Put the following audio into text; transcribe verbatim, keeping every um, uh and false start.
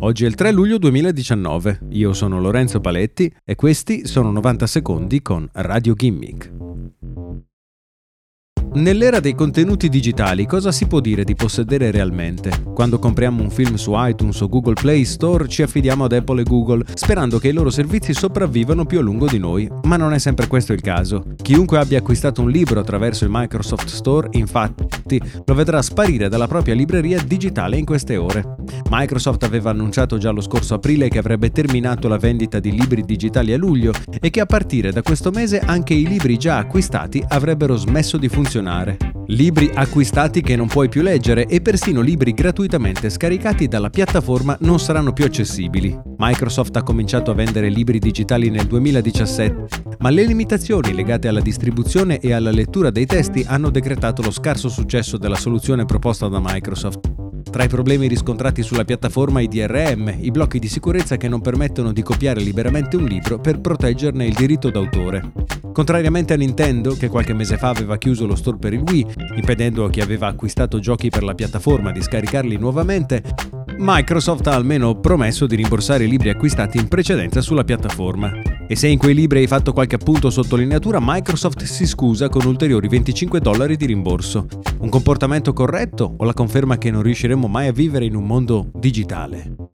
Oggi è il tre luglio duemiladiciannove, io sono Lorenzo Paletti e questi sono novanta secondi con Radio Gimmick. Nell'era dei contenuti digitali cosa si può dire di possedere realmente? Quando compriamo un film su iTunes o Google Play Store ci affidiamo ad Apple e Google, sperando che i loro servizi sopravvivano più a lungo di noi, ma non è sempre questo il caso. Chiunque abbia acquistato un libro attraverso il Microsoft Store, infatti, lo vedrà sparire dalla propria libreria digitale in queste ore. Microsoft aveva annunciato già lo scorso aprile che avrebbe terminato la vendita di libri digitali a luglio e che a partire da questo mese anche i libri già acquistati avrebbero smesso di funzionare. Libri acquistati che non puoi più leggere e persino libri gratuitamente scaricati dalla piattaforma non saranno più accessibili. Microsoft ha cominciato a vendere libri digitali nel duemiladiciassette, ma le limitazioni legate alla distribuzione e alla lettura dei testi hanno decretato lo scarso successo della soluzione proposta da Microsoft. Tra i problemi riscontrati sulla piattaforma i D R M, i blocchi di sicurezza che non permettono di copiare liberamente un libro per proteggerne il diritto d'autore. Contrariamente a Nintendo, che qualche mese fa aveva chiuso lo store per il Wii, impedendo a chi aveva acquistato giochi per la piattaforma di scaricarli nuovamente, Microsoft ha almeno promesso di rimborsare i libri acquistati in precedenza sulla piattaforma. E se in quei libri hai fatto qualche appunto o sottolineatura, Microsoft si scusa con ulteriori venticinque dollari di rimborso. Un comportamento corretto o la conferma che non riusciremo mai a vivere in un mondo digitale?